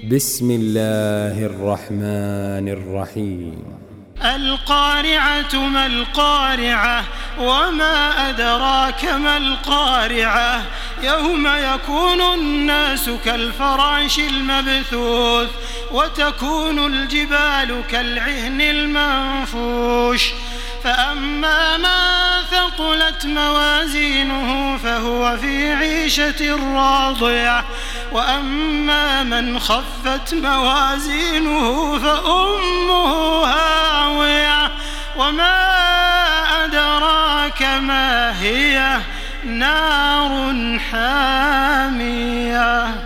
بسم الله الرحمن الرحيم. القارعة ما القارعة وما أدراك ما القارعة يوم يكون الناس كالفراش المبثوث وتكون الجبال كالعهن المنفوش فأما من ثقلت موازينه فهو في عيشة راضية وأما من خفت موازينه فأمه هاوية وما أدراك ما هي نار حامية.